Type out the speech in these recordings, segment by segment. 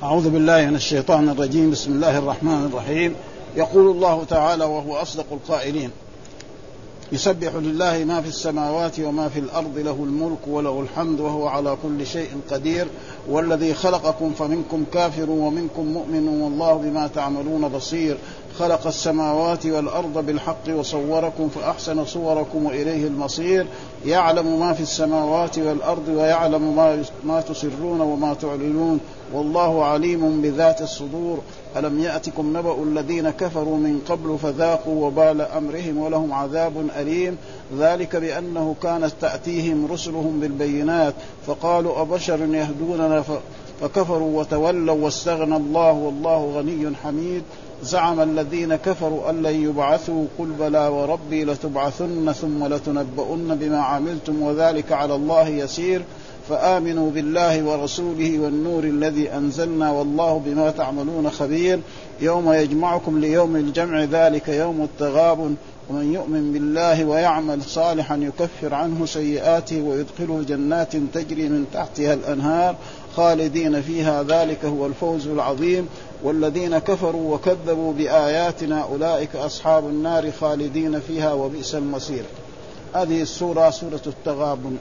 أعوذ بالله من الشيطان الرجيم. بسم الله الرحمن الرحيم. يقول الله تعالى وهو أصدق القائلين: يسبح لله ما في السماوات وما في الأرض، له الملك وله الحمد وهو على كل شيء قدير، والذي خلقكم فمنكم كافر ومنكم مؤمن والله بما تعملون بصير. خلق السماوات والأرض بالحق وصوركم فأحسن صوركم وإليه المصير. يعلم ما في السماوات والأرض ويعلم ما تسرون وما تعلنون والله عليم بذات الصدور. ألم يأتكم نبأ الذين كفروا من قبل فذاقوا وبال أمرهم ولهم عذاب أليم. ذلك بأنه كانت تأتيهم رسلهم بالبينات فقالوا أبشر يهدوننا فكفروا وتولوا واستغنى الله والله غني حميد. زعم الذين كفروا أن لن يبعثوا قل بلى وربي لتبعثن ثم لتنبؤن بما عملتم وذلك على الله يسير. فآمنوا بالله ورسوله والنور الذي أنزلنا والله بما تعملون خبير. يوم يجمعكم ليوم الجمع ذلك يوم التغابن. ومن يؤمن بالله ويعمل صالحا يكفر عنه سيئاته ويدخله جنات تجري من تحتها الأنهار خالدين فيها ذلك هو الفوز العظيم. والذين كفروا وكذبوا بآياتنا أولئك أصحاب النار خالدين فيها وبئس المصير. هذه السورة سورة التغابن.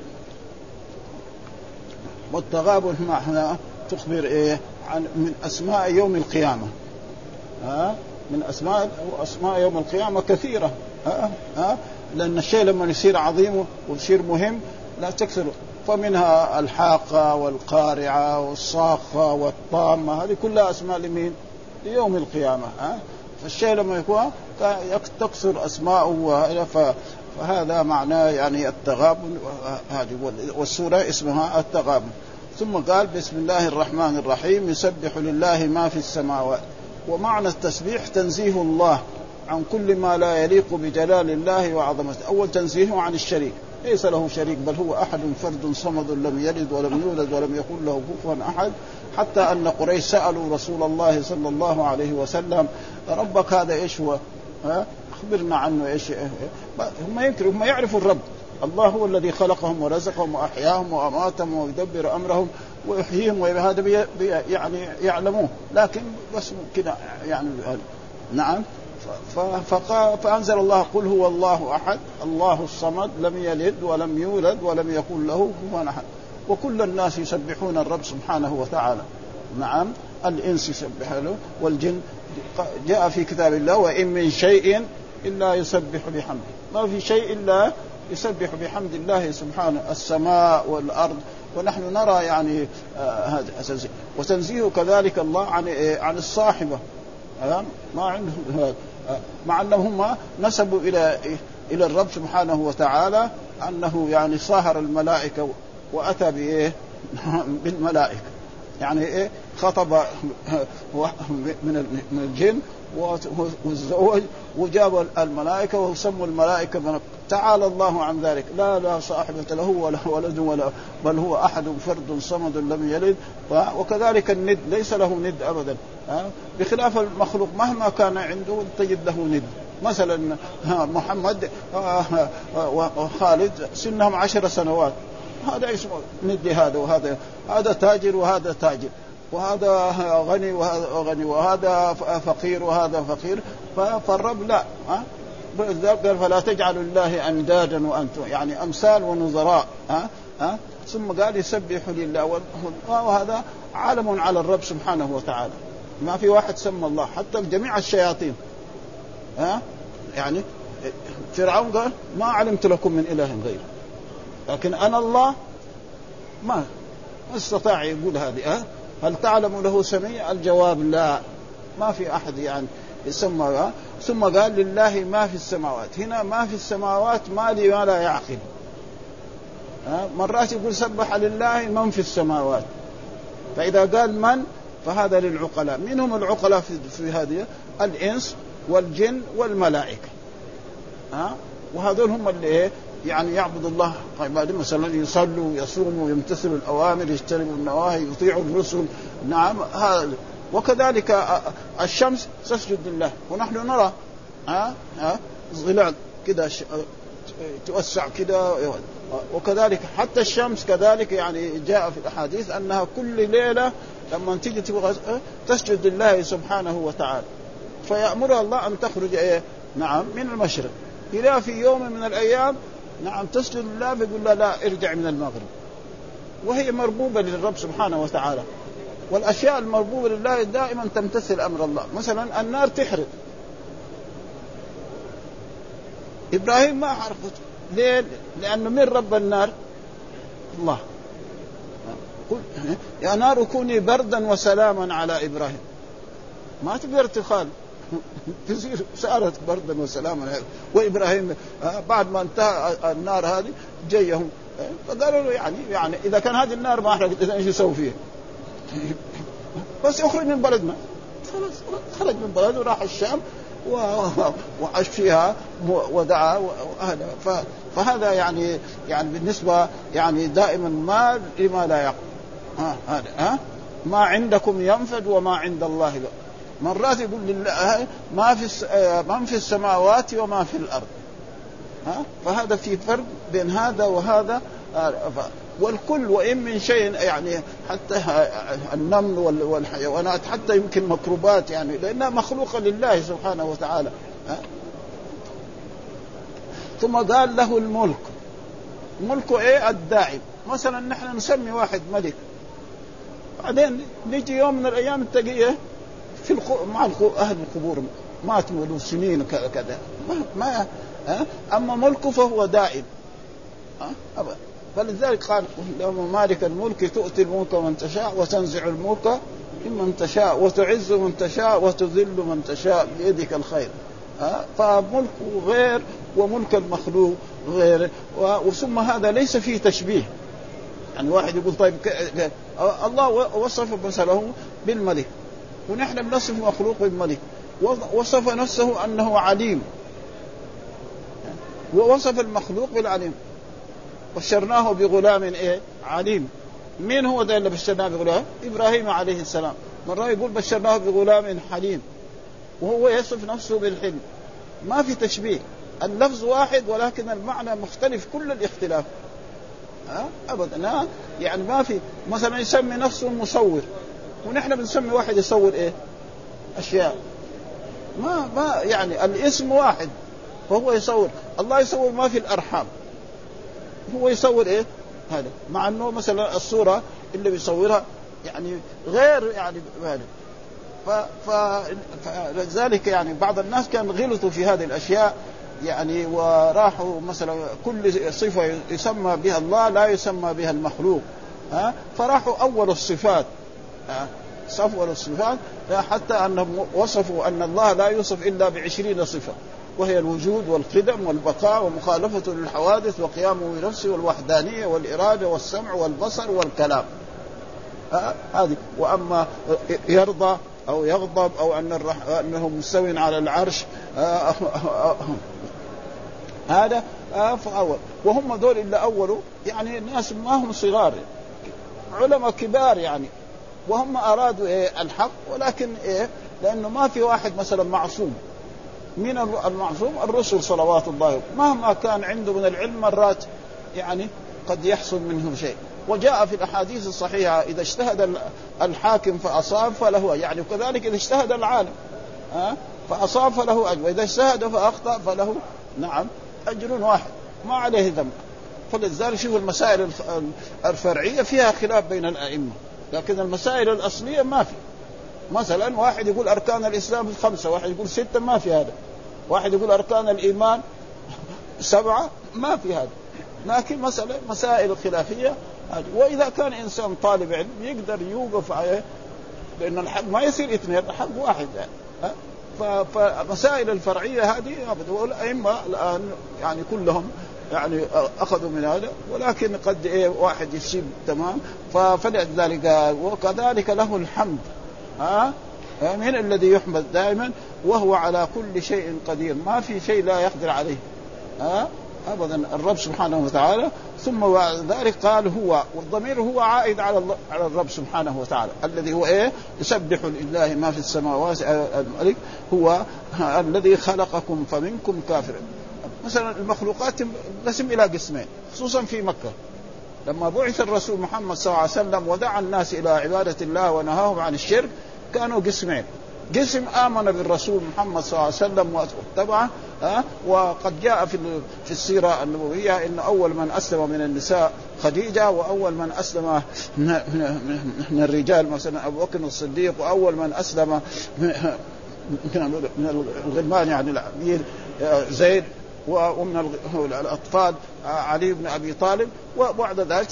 والتغابن معناه تخبر عن من أسماء يوم القيامة. من أسماء يوم القيامة كثيرة. لأن الشيء لما يصير عظيم ويصير مهم لا تكثر. فمنها الحاقة والقارعة والصاخة والطامة، هذه كلها أسماء لمين؟ ليوم القيامة. فالشيء لما يكون تكثر أسماءه فهذا معناه يعني التغابن. والسورة اسمها التغابن. ثم قال بسم الله الرحمن الرحيم: يسبح لله ما في السماوات. ومعنى التسبيح تنزيه الله عن كل ما لا يليق بجلال الله وعظمته. أول تنزيهه عن الشريك، ليس له شريك بل هو أحد فرد صمد لم يلد ولم يولد ولم يكن له كفوا أحد. حتى أن قريش سألوا رسول الله صلى الله عليه وسلم: ربك هذا إيش هو؟ أخبرنا عنه إيش. هم يعرفوا الرب، الله هو الذي خلقهم ورزقهم وأحياهم وأماتهم ويدبر أمرهم ويحييهم، وهذا يعني يعلموه، لكن بس كده يعني. نعم. فأنزل الله: قل هو الله أحد الله الصمد لم يلد ولم يولد ولم يكن له كفوا أحد. وكل الناس يسبحون الرب سبحانه وتعالى. نعم. الإنس يسبح له والجن. جاء في كتاب الله: وإن من شيء إلا يسبح بحمده. ما في شيء إلا يسبح بحمد الله سبحانه، السماء والأرض. ونحن نرى يعني هذا أساسي. وتنزيه كذلك الله عن الصاحبة، ما عندهم، مع أنهم نسبوا إلى الرب سبحانه وتعالى أنه يعني صاهر الملائكة وأتى بالملائكة، يعني خطب من الجن والزوج وجاب الملائكة وسموا الملائكة من. تعالى الله عن ذلك، لا صاحبة له ولا ولد بل هو أحد فرد صمد لم يلد. وكذلك الند ليس له ند أبدا، بخلاف المخلوق مهما كان عنده تجد له ند. مثلا محمد وخالد سنهم 10 سنوات، هذا اسمه ند. هذا تاجر وهذا تاجر، وهذا غني وهذا غني، وهذا فقير وهذا فقير. فالرب لا. قال: فلا تجعلوا الله أندادا وأنتم، يعني أمثال ونظراء. ثم قال: يسبح لله. وهذا علم على الرب سبحانه وتعالى. ما في واحد سمى الله، حتى جميع الشياطين. يعني فرعون قال: ما علمت لكم من إله غير، لكن أنا الله. ما استطاع يقول هذه. هل تعلم له سميع؟ الجواب لا، ما في أحد يعني يسمى. ثم قال: لله ما في السماوات. هنا ما في السماوات ما لا يعقل. مرات يقول سبح لله من في السماوات، فإذا قال من فهذا للعقلاء. منهم العقلاء في هذه الإنس والجن والملائكة. وهذول هم اللي يعني يعبد الله عباده، مثلا يصلوا يصوموا يمتثلوا الأوامر يجتنبوا النواهي يطيعوا الرسل. نعم. هذا. وكذلك الشمس تسجد لله، ونحن نرى ظلال كده توسع كده. وكذلك حتى الشمس كذلك يعني جاء في الأحاديث أنها كل ليلة لما تيجي تبغى تسجد لله سبحانه وتعالى فيأمرها الله أن تخرج نعم من المشرق إلى في يوم من الأيام نعم تسجد لله فيقول لا ارجع من المغرب. وهي مربوبة للرب سبحانه وتعالى. والأشياء المربوبة لله دائما تمتثل أمر الله. مثلا النار تحرق، إبراهيم ما عرفت ليه؟ لأنه من رب النار الله. قل يا نار كوني بردا وسلاما على إبراهيم، ما تقدر تخال تصير صارت بردا وسلاما. وإبراهيم بعد ما انتهى النار هذه جيهم فقالوا له يعني إذا كان هذه النار ما أحرقت إذا إيش يسوي فيها؟ بس يخرج من بلدنا. خرج من بلده وراح الشام وعاش فيها ودعا فهذا يعني بالنسبة يعني دائما ما لما لا يقع. هذا ما عندكم ينفد وما عند الله بقى. مرات يقول لله ما في السماوات وما في الأرض. فهذا في فرق بين هذا وهذا. والكل وإن من شيء يعني حتى النمل والحيوانات حتى يمكن ميكروبات يعني لأنها مخلوقة لله سبحانه وتعالى. ثم قال له الملك. ملكه الدائم. مثلا نحن نسمي واحد ملك بعدين نيجي يوم من الأيام تلاقيه في مع أهل القبور مات له سنين كذا ما أما ملكه فهو دائم أبدا. فلذلك قال لهم مالك الملك تؤتي الملك من تشاء وتنزع الملك ممن تشاء وتعز من تشاء وتذل من تشاء بيدك الخير. فملكه غير وملك المخلوق غير. وثم هذا ليس فيه تشبيه. يعني واحد يقول طيب الله وصف مثله بالملك ونحن بنصف مخلوق بالملك. وصف نفسه أنه عليم ووصف المخلوق بالعليم. بشرناه بغلام عليم. مين هو ده اللي بشرناه بغلام؟ إبراهيم عليه السلام. مرة يقول بشرناه بغلام حليم وهو يصف نفسه بالحلم. ما في تشبيه. اللفظ واحد ولكن المعنى مختلف كل الاختلاف. أبدا يعني ما في. مثلا يسمي نفسه مصور ونحن بنسمي واحد يصور أشياء ما يعني الاسم واحد فهو يصور. الله يصور ما في الأرحام هو يصور هذا مع أنه مثلا الصورة اللي بيصورها يعني غير يعني فلذلك يعني بعض الناس كان غلطوا في هذه الأشياء يعني وراحوا مثلا كل صفة يسمى بها الله لا يسمى بها المخلوق. فراحوا أول الصفات صفوا الصفات حتى أنهم وصفوا أن الله لا يوصف إلا ب20 صفة وهي الوجود والقدم والبقاء ومخالفة للحوادث وقيامه بنفسه والوحدانية والإرادة والسمع والبصر والكلام. هذه. وأما يرضى أو يغضب أو أنه مستوٍ على العرش هذا فأول. وهم دول إلا أولوا يعني الناس ما هم صغار علماء كبار يعني وهم أرادوا الحق ولكن لأنه ما في واحد مثلا معصوم. من المعصوم الرسل صلوات الله مهما كان عنده من العلم مرات يعني قد يحصل منه شيء. وجاء في الأحاديث الصحيحة إذا اجتهد الحاكم فأصاب فله يعني وكذلك إذا اجتهد العالم فأصاب فله أجر وإذا اجتهد فأخطأ فله نعم أجر واحد ما عليه ذنب. فلذلك شوفوا المسائل الفرعية فيها خلاف بين الأئمة لكن المسائل الأصلية ما في. مثلا واحد يقول أركان الإسلام 5 واحد يقول 6 ما في هذا. واحد يقول أركان الإيمان 7 ما في هذا. لكن مسائل الخلافية وإذا كان إنسان طالب علم يقدر يوقف عليه لأن الحق ما يصير 2 الحق واحد يعني. فمسائل الفرعية هذه والأئمة الآن يعني كلهم يعني أخذوا من هذا ولكن قد واحد يصيب تمام. فلذلك وكذلك له الحمد من الذي يحمد دائما وهو على كل شيء قدير ما في شيء لا يقدر عليه أبدا الرب سبحانه وتعالى. ثم بعد ذلك قال هو والضمير هو عائد على الرب سبحانه وتعالى الذي هو يسبح لله ما في السماوات الملك هو الذي خلقكم فمنكم كافر مثلا المخلوقات تنقسم إلى قسمين، خصوصا في مكة لما بعث الرسول محمد صلى الله عليه وسلم ودعا الناس إلى عبادة الله ونهاهم عن الشرك، كانوا قسمين: قسم آمن بالرسول محمد صلى الله عليه وسلم واتبعه، وقد جاء في السيرة النبوية إن أول من أسلم من النساء خديجة، وأول من أسلم من الرجال مثلا أبو بكر الصديق، وأول من أسلم من الغلمان يعني العبيد زيد، ومن الأطفال علي بن أبي طالب. وبعد ذلك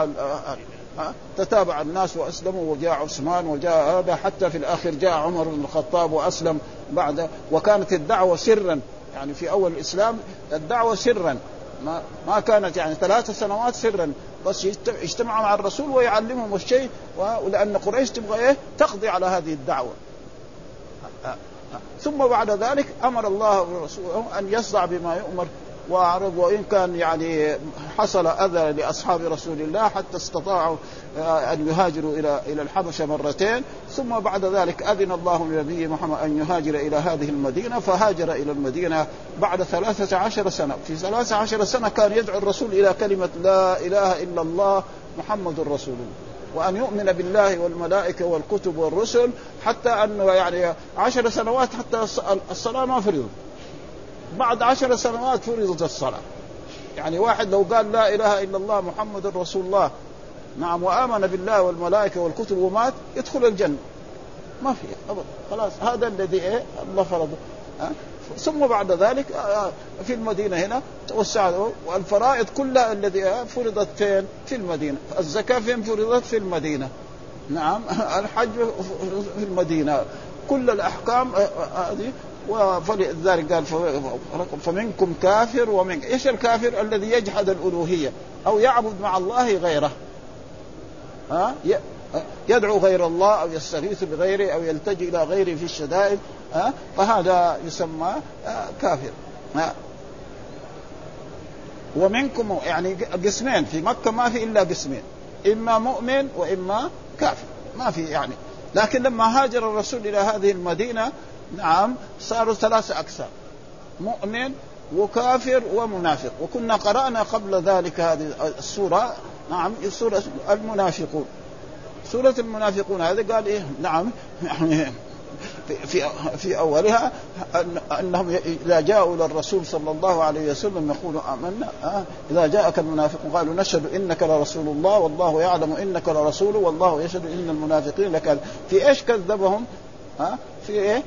تتابع الناس وأسلموا، وجاء عثمان وجاء هذا، حتى في الآخر جاء عمر بن الخطاب وأسلم بعد. وكانت الدعوة سرا، يعني في أول الإسلام الدعوة سرا، ما كانت يعني 3 سنوات سرا، بس يجتمع مع الرسول ويعلمهم الشيء، ولأن قريش تبغى تقضي على هذه الدعوة. ثم بعد ذلك أمر الله ورسوله أن يصدع بما يؤمر وأعرض، وإن كان يعني حصل أذى لأصحاب رسول الله حتى استطاعوا أن يهاجروا إلى الحبشة مرتين. ثم بعد ذلك أذن الله لنبيه محمد أن يهاجر إلى هذه المدينة، فهاجر إلى المدينة بعد 13 سنة. في 13 سنة كان يدعو الرسول إلى كلمة لا إله إلا الله محمد رسول الله، وأن يؤمن بالله والملائكة والكتب والرسل، حتى أنه يعني 10 سنوات حتى الصلاة ما فرضت، بعد 10 سنوات فرضت الصلاة. يعني واحد لو قال لا إله إلا الله محمد رسول الله نعم وآمن بالله والملائكة والكتب ومات يدخل الجنة، ما في أبدا، خلاص هذا الذي الله فرضه. ثم بعد ذلك في المدينة هنا توسعت، والفرائض كلها الذي فرضت فين؟ في المدينة. الزكاة فين فرضت؟ في المدينة. نعم الحج في المدينة. كل الأحكام هذه. ولذلك قال فمنكم كافر ومن إيش الكافر؟ الذي يجحد الألوهية أو يعبد مع الله غيره، يدعو غير الله أو يستغيث بغيره أو يلتجئ إلى غيره في الشدائد، فهذا يسمى كافر. ومنكم يعني قسمين في مكة، ما في إلا قسمين، إما مؤمن وإما كافر، ما في يعني. لكن لما هاجر الرسول إلى هذه المدينة نعم صاروا 3 أقسام: مؤمن وكافر ومنافق. وكنا قرأنا قبل ذلك هذه السورة، نعم سورة المنافقون. سورة المنافقون هذا قال إيه؟ نعم يعني في أولها أنهم إذا جاءوا للرسول صلى الله عليه وسلم يقولوا آمنا، إذا جاءك المنافقون قالوا نشهد إنك لرسول الله والله يعلم إنك لرسوله والله يشهد إن المنافقين لكاذبون. في إيش كذبهم؟ في إيه؟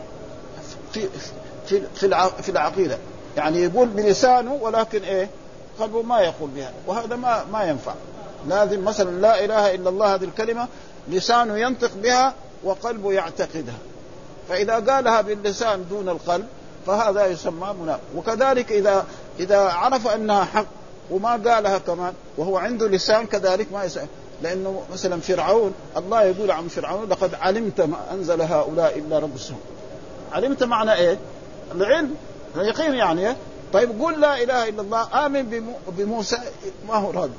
في العقيدة، يعني يقول بلسانه ولكن إيه؟ قلبه ما يقول بها، وهذا ما ينفع. لازم مثلا لا إله إلا الله هذه الكلمة لسانه ينطق بها وقلبه يعتقدها، فإذا قالها باللسان دون القلب فهذا يسمى منافق. وكذلك إذا عرف أنها حق وما قالها كمان وهو عنده لسان كذلك ما يسمى. لأنه مثلا فرعون الله يقول عن فرعون لقد علمت ما أنزل هؤلاء إلا رب السماوات. علمت معنى إيه؟ العلم اليقين يعني. طيب قول لا إله إلا الله، آمن بموسى، ما هو راضي.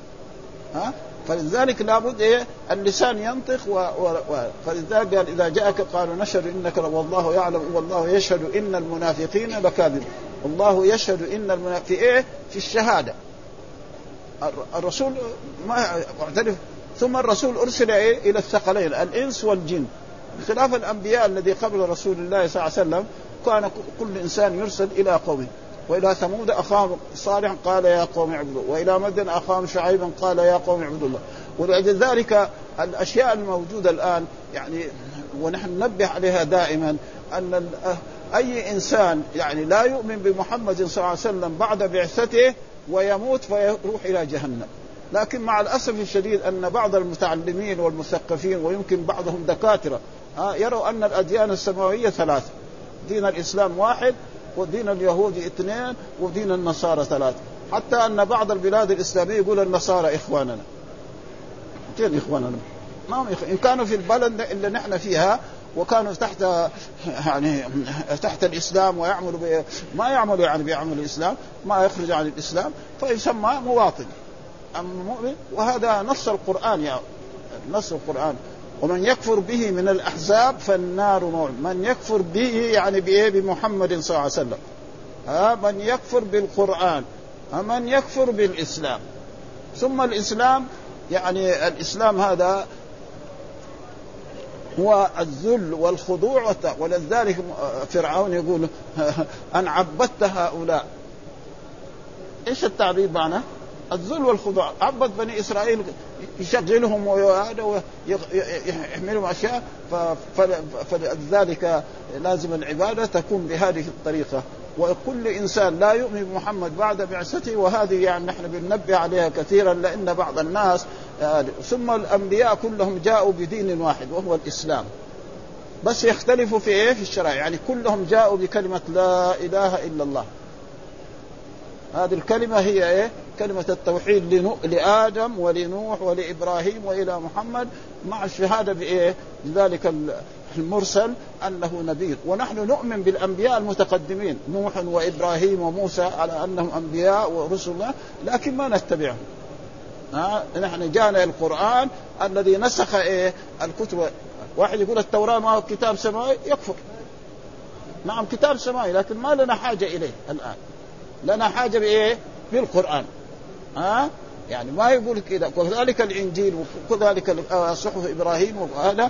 فلذلك لابد إيه؟ اللسان ينطق فلذلك قال إذا جاءك قالوا نشهد إنك والله يعلم والله يشهد إن المنافقين لكاذب. الله يشهد إن المنافقين في إيه؟ في الشهادة. الرسول ما معترف. ثم الرسول أرسل إيه؟ إلى الثقلين الإنس والجن، بخلاف الأنبياء الذي قبل رسول الله صلى الله عليه وسلم كان كل إنسان يرسل إلى قومه. وإلى ثمود أخاهم صالحا قال يا قوم اعبدوا، وإلى مدين أخاهم شعيبا قال يا قوم اعبدوا الله. ولذلك الأشياء الموجودة الآن يعني ونحن ننبه عليها دائما أن أي إنسان يعني لا يؤمن بمحمد صلى الله عليه وسلم بعد بعثته ويموت فيروح إلى جهنم. لكن مع الأسف الشديد أن بعض المتعلمين والمثقفين ويمكن بعضهم دكاترة يروا أن الأديان السماوية 3: دين الإسلام 1، ودين اليهودي 2، ودين النصارى 3. حتى أن بعض البلاد الإسلامية يقول النصارى إخواننا. كيف إخواننا؟ ما هم إن كانوا في البلد اللي نحن فيها وكانوا تحت الإسلام ويعملوا ما يعملوا يعني بيعمل الإسلام، ما يخرج عن الإسلام فيسمى مواطن أم مؤمن. وهذا نص القرآن نص القرآن: ومن يكفر به من الأحزاب فالنار موعد. من يكفر به يعني بإيه؟ بمحمد صلى الله عليه وسلم. من يكفر بالقرآن، من يكفر بالإسلام. ثم الإسلام يعني الإسلام هذا هو الذل والخضوع ولذلك فرعون يقول أن عبدت هؤلاء. إيش التعبير معناه؟ الذل والخضوع. عبد بني إسرائيل يشغلهم ويحملهم أشياء، فلذلك لازم العبادة تكون بهذه الطريقة. وكل إنسان لا يؤمن بمحمد بعد بعثته، وهذه يعني نحن بننبه عليها كثيرا، لأن بعض الناس ثم الأنبياء كلهم جاءوا بدين واحد وهو الإسلام، بس يختلفوا في إيه؟ في الشرائع. يعني كلهم جاءوا بكلمة لا إله إلا الله. هذه الكلمة هي إيه؟ كلمة التوحيد لآدم ولنوح ولإبراهيم وإلى محمد، مع الشهادة بإيه؟ لذلك المرسل أنه نبي. ونحن نؤمن بالأنبياء المتقدمين نوح وإبراهيم وموسى على أنهم أنبياء ورسل الله، لكن ما نتبعهم. نحن جاءنا القرآن الذي نسخ إيه؟ الكتب. واحد يقول التوراة ما هو كتاب سماوي، يكفر. نعم كتاب سماوي، لكن ما لنا حاجة إليه الآن، لنا حاجة بإيه؟ بالقرآن. يعني ما يقول كذا. وكذلك الإنجيل وكذلك صحف إبراهيم وهذا.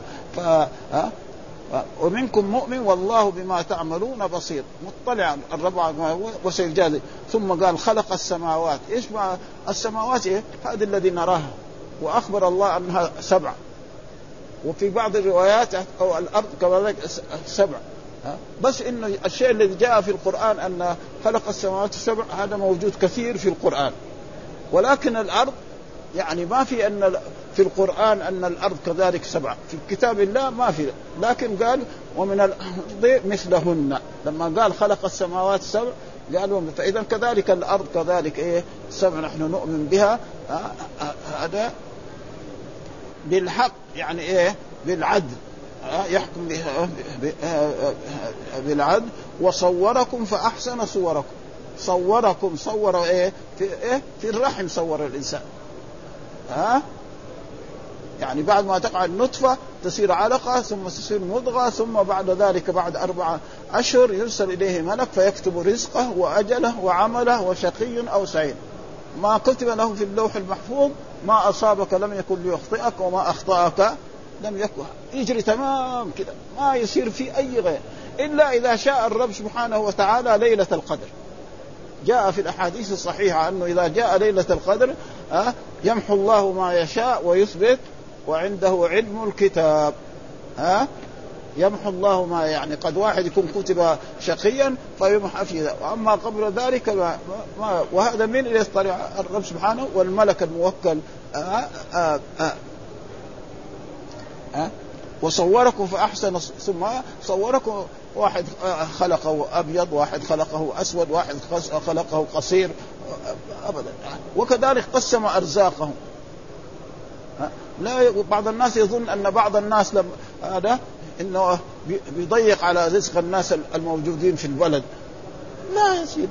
ومنكم مؤمن والله بما تعملون بصير، مطلع الربع وسيجازي. ثم قال خلق السماوات. إيش مع السماوات؟ إيه؟ هذه الذي نراها، وأخبر الله أنها 7، وفي بعض الروايات أو الأرض كذلك 7. بس إنه الشيء الذي جاء في القرآن أن خلق السماوات 7 هذا موجود كثير في القرآن. ولكن الأرض يعني ما في أن في القرآن أن الأرض كذلك 7، في كتاب الله ما في. لكن قال ومن الأرض مثلهن، لما قال خلق السماوات 7 قالوا فإذا كذلك الأرض كذلك إيه 7 نحن نؤمن بها. هذا بالحق يعني إيه؟ بالعدل، يحكم بالعدل. وصوركم فأحسن صوركم. صوركم صور إيه؟ في الرحم صور الإنسان. يعني بعد ما تقع النطفة تصير علقة، ثم تصير مضغة، ثم بعد ذلك بعد 4 أشهر يرسل إليه ملك فيكتب رزقه وأجله وعمله وشقي أو سعيد. ما كتب له في اللوح المحفوظ ما أصابك لم يكن ليخطئك وما أخطأك لم يكن. يجري تمام كده، ما يصير في أي غير إلا إذا شاء الرب سبحانه وتعالى ليلة القدر. جاء في الأحاديث الصحيحة أنه إذا جاء ليلة القدر يمحو الله ما يشاء ويثبت وعنده علم الكتاب. يمحو الله ما يعني قد واحد يكون كتب شقيا فيمحى فيه، وأما قبل ذلك ما وهذا من يستطيع الرب سبحانه والملك الموكل. وصوركم فأحسن. ثم صوركم، واحد خلقه أبيض، واحد خلقه أسود، واحد خلقه قصير أبدا. وكذلك قسم أرزاقهم. لا بعض الناس يظن أن بعض الناس هذا إنه بيضيق على رزق الناس الموجودين في البلد. لا يصير،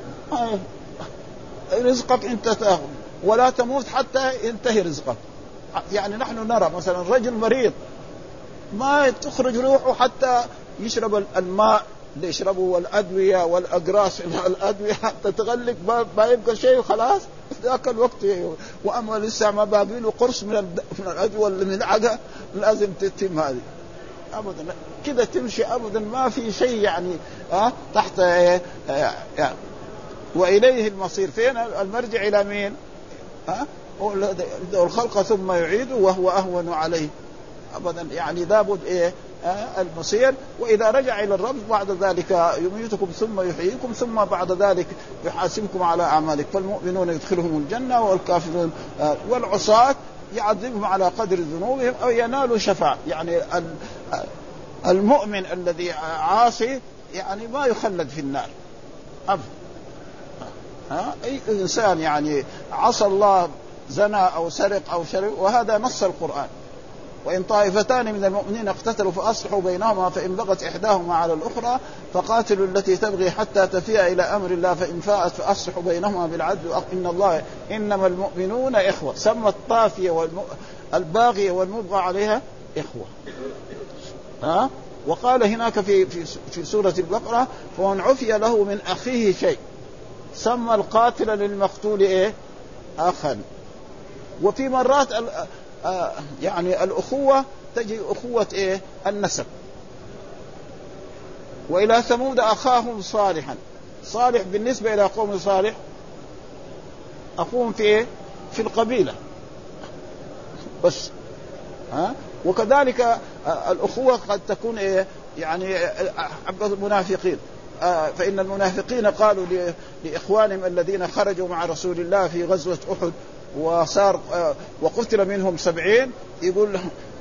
رزقك أنت تأخذ ولا تموت حتى ينتهي رزقك. يعني نحن نرى مثلا رجل مريض ما تخرج روحه حتى يشرب الماء اللي يشربه والأدوية والأقراص الأدوية حتى تغلق ما يبقى شيء خلاص ذاك الوقت. وأما لسه ما باقيله قرص من الأدوية والملعقة لازم تتم هذه أبدا كده تمشي أبدا، ما في شيء يعني تحت يعني. وإليه المصير. فين المرجع؟ إلى مين؟ الخلق ثم يعيده وهو أهون عليه أبدا. يعني لابد المصير. وإذا رجع إلى الرب بعد ذلك يميتكم ثم يحييكم ثم بعد ذلك يحاسبكم على أعمالك. فالمؤمنون يدخلهم الجنة والكافرون والعصاة يعذبهم على قدر ذنوبهم أو ينالوا شفاعة. يعني المؤمن الذي عاصي يعني ما يخلد في النار أبدا. أي إنسان يعني عصى الله زنى أو سرق أو شرب، وهذا نص القرآن. وإن طائفتان من المؤمنين اقتتلوا فأصلحوا بينهما فإن بغت إحداهما على الأخرى فقاتلوا التي تبغي حتى تفيء إلى أمر الله فإن فاءت فأصلحوا بينهما بالعدل إن الله إنما المؤمنون إخوة. سمى الطافية والباغية والمبغى عليها إخوة. وقال هناك في سورة البقرة فمن عفي له من أخيه شيء سمى القاتل للمقتول إيه؟ أخا. وفي مرات يعني الأخوة تجي أخوة إيه؟ النسب. وإلى ثمود أخاهم صالحا. صالح بالنسبة إلى قوم صالح أخوهم في إيه؟ في القبيلة بس. وكذلك الأخوة قد تكون إيه؟ يعني المنافقين، فإن المنافقين قالوا لإخوانهم الذين خرجوا مع رسول الله في غزوة أحد وقتل منهم 70، يقول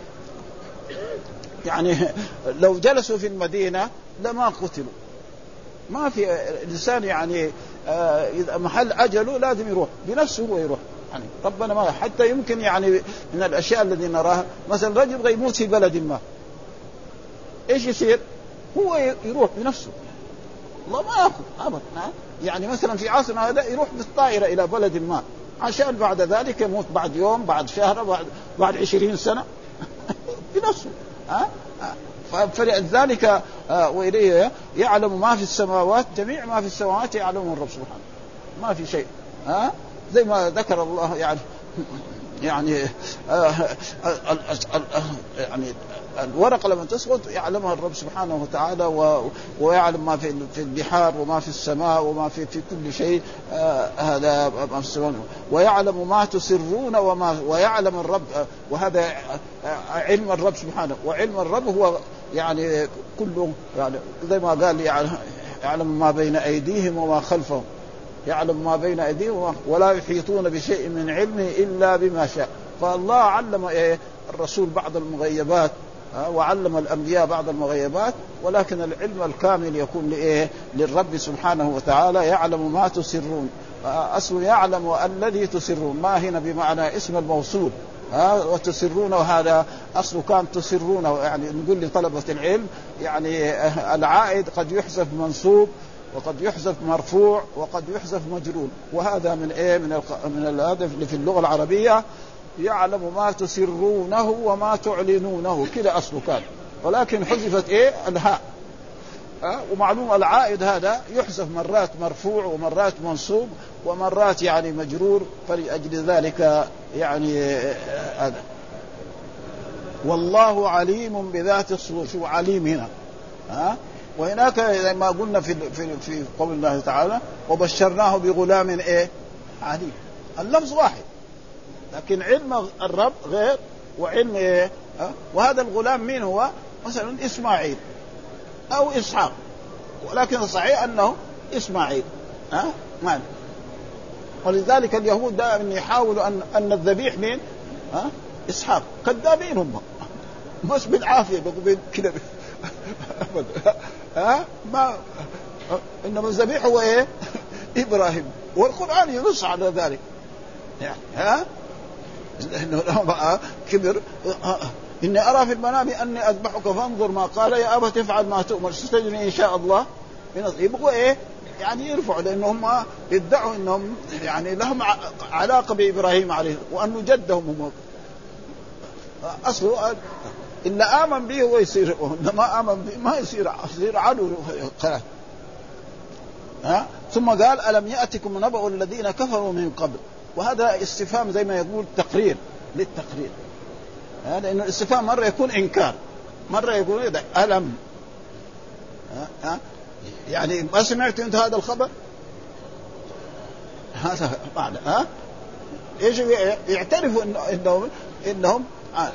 يعني لو جلسوا في المدينة لما قتلوا. ما في إنسان يعني إذا محل أجله لازم يروح بنفسه، هو يروح يعني ربنا ما حتى يمكن يعني من الأشياء التي نراها مثلا رجل يموت في بلد ما، إيش يصير؟ هو يروح بنفسه، الله ما يأخذ أبدا. يعني مثلا في عصرنا هذا يروح بالطائرة إلى بلد ما عشان بعد ذلك يموت بعد يوم بعد شهر بعد 20 سنة بنفسه. فلذلك وإليه يعلم ما في السماوات، جميع ما في السماوات يعلمه الرب سبحانه، ما في شيء زي ما ذكر الله يعني يعني الورقة لما تسقط يعلمها الرب سبحانه وتعالى، ويعلم ما في البحار وما في السماء وما في كل شيء. هذا ما في السماء، ويعلم ما تسرون ويعلم الرب، وهذا علم الرب سبحانه. وعلم الرب هو يعني كله، يعني زي ما قال يعلم ما بين أيديهم وما خلفهم، يعلم ما بين أيديهم ولا يحيطون بشيء من علمه إلا بما شاء. فالله علم الرسول بعض المغيبات وعلم الأنبياء بعض المغيبات، ولكن العلم الكامل يكون للرب سبحانه وتعالى. يعلم ما تسرون، أصل يعلم الذي تسرون، ما هنا بمعنى اسم الموصول وتسرون، وهذا أصل كان تسرون. يعني نقول لطلبة العلم يعني العائد قد يحذف منصوب وقد يحذف مرفوع وقد يحذف مجرور، وهذا من الهدف اللي في اللغة العربية. يعلم ما تسرونه وما تعلنونه، كده أصله كان، ولكن حذفت الهاء. ومعلوم العائد هذا يحذف مرات مرفوع ومرات منصوب ومرات يعني مجرور، فلأجل ذلك يعني هذا. والله عليم بذات الصدور. شو عليم هنا؟ وهناك زي ما قلنا في قول الله تعالى وبشرناه بغلام عليم. اللفظ واحد لكن علم الرب غير وعلم وهذا الغلام مين هو؟ مثلا إسماعيل أو إسحاق، ولكن الصحيح أنه إسماعيل. ولذلك اليهود دائما يحاولوا أن الذبيح مين؟ إسحاق. كذابين هم بس بالعافية بقوا كده ما إنما الذبيح هو إبراهيم، والقرآن ينص على ذلك. يعني إنه كبر إني أرى في المنام أني أذبحك فانظر ما قال يا أبا تفعل ما تؤمر ستجدني إن شاء الله. يبقوا يعني يرفعوا، لأنهم يدعوا أنهم يعني لهم علاقة بإبراهيم عليه وأنه جدهم هم. أصله إلا آمن به ويصير، ما آمن به ما يصير عدو. ثم قال ألم يأتكم نبأ الذين كفروا من قبل. وهذا استفهام زي ما يقول تقرير للتقرير، لأنه الاستفهام مرة يكون إنكار مرة يقول ألم يعني ما سمعت أنت هذا الخبر؟ هذا معنى إيش يعترفوا إنهم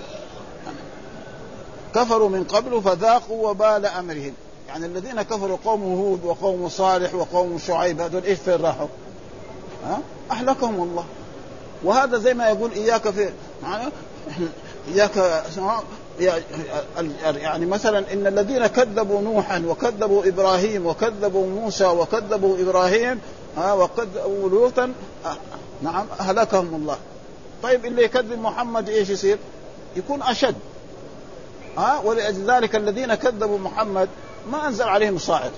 كفروا من قبل فذاقوا وبال أمرهم. يعني الذين كفروا قوم هود وقوم صالح وقوم شعيب، هذول إيش فين راحوا؟ أهلكهم الله. وهذا زي ما يقول إياك في معنا إياك يعني مثلا إن الذين كذبوا نوحا وكذبوا إبراهيم وكذبوا موسى وكذبوا إبراهيم وكذبوا لوطا نعم أهلكهم الله. طيب اللي يكذب محمد إيش يصير؟ يكون أشد. ولذلك الذين كذبوا محمد ما أنزل عليهم صاعق